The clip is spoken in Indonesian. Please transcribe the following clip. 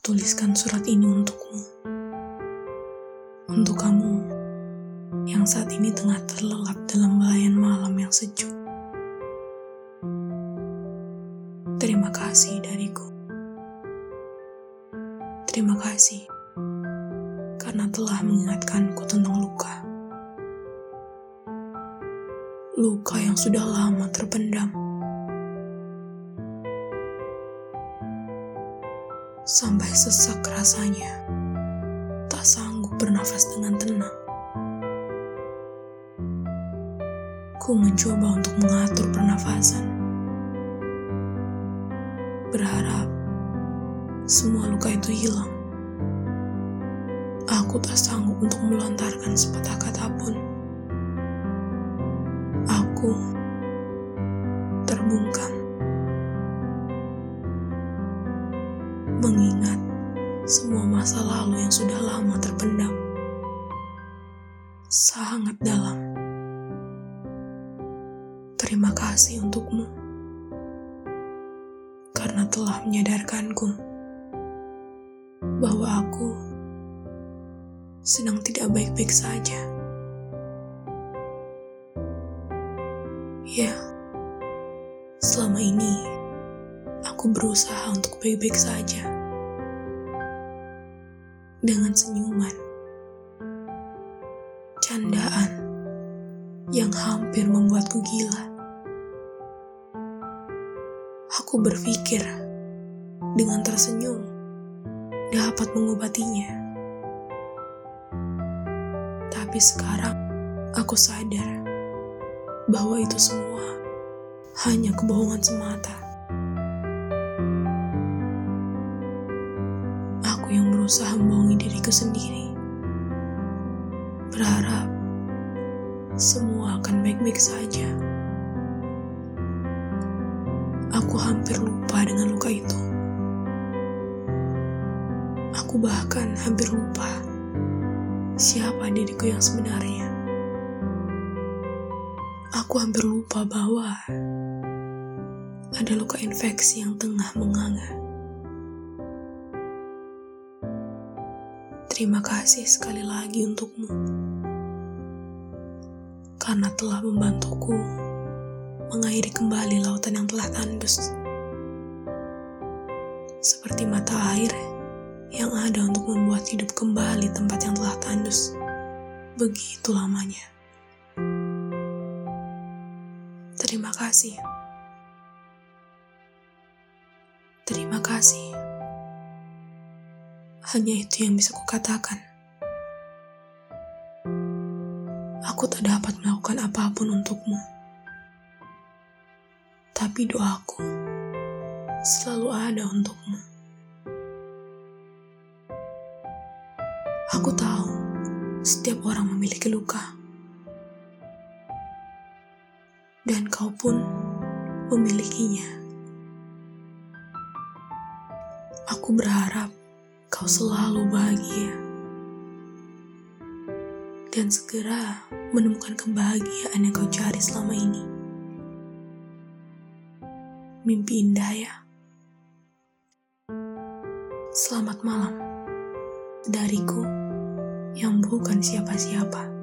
tuliskan surat ini untukmu. Untuk kamu yang saat ini tengah terlelap dalam belayan malam yang sejuk. Terima kasih dariku. Terima kasih karena telah mengingatkanku tentang luka. Luka yang sudah lama terpendam. Sampai sesak rasanya, tak sanggup bernafas dengan tenang. Ku mencoba untuk mengatur pernafasan, berharap semua luka itu hilang. Aku tak sanggup untuk melontarkan sepatah kata pun. Aku terbungkam, mengingat semua masa lalu yang sudah lama terpendam, sangat dalam. Terima kasih untukmu, karena telah menyadarkanku bahwa aku sedang tidak baik-baik saja. Ya, selama ini aku berusaha untuk baik-baik saja. Dengan senyuman, candaan yang hampir membuatku gila. Aku berpikir dengan tersenyum dapat mengobatinya. Tapi sekarang aku sadar bahwa itu semua hanya kebohongan semata. Aku yang berusaha membohongi diriku sendiri, berharap semua akan baik-baik saja. Aku hampir lupa dengan luka itu. Aku bahkan hampir lupa siapa diriku yang sebenarnya. Aku hampir lupa bahwa ada luka infeksi yang tengah menganga. Terima kasih sekali lagi untukmu, karena telah membantuku mengairi kembali lautan yang telah tandus. Seperti mata air yang ada untuk membuat hidup kembali tempat yang telah tandus begitu lamanya. Terima kasih. Terima kasih. Hanya itu yang bisa kukatakan. Aku tak dapat melakukan apapun untukmu. Tapi doaku selalu ada untukmu. Aku tahu setiap orang memiliki luka. Dan kau pun memilikinya. Aku berharap kau selalu bahagia dan segera menemukan kebahagiaan yang kau cari selama ini. Mimpi indah ya. Selamat malam dariku yang bukan siapa-siapa.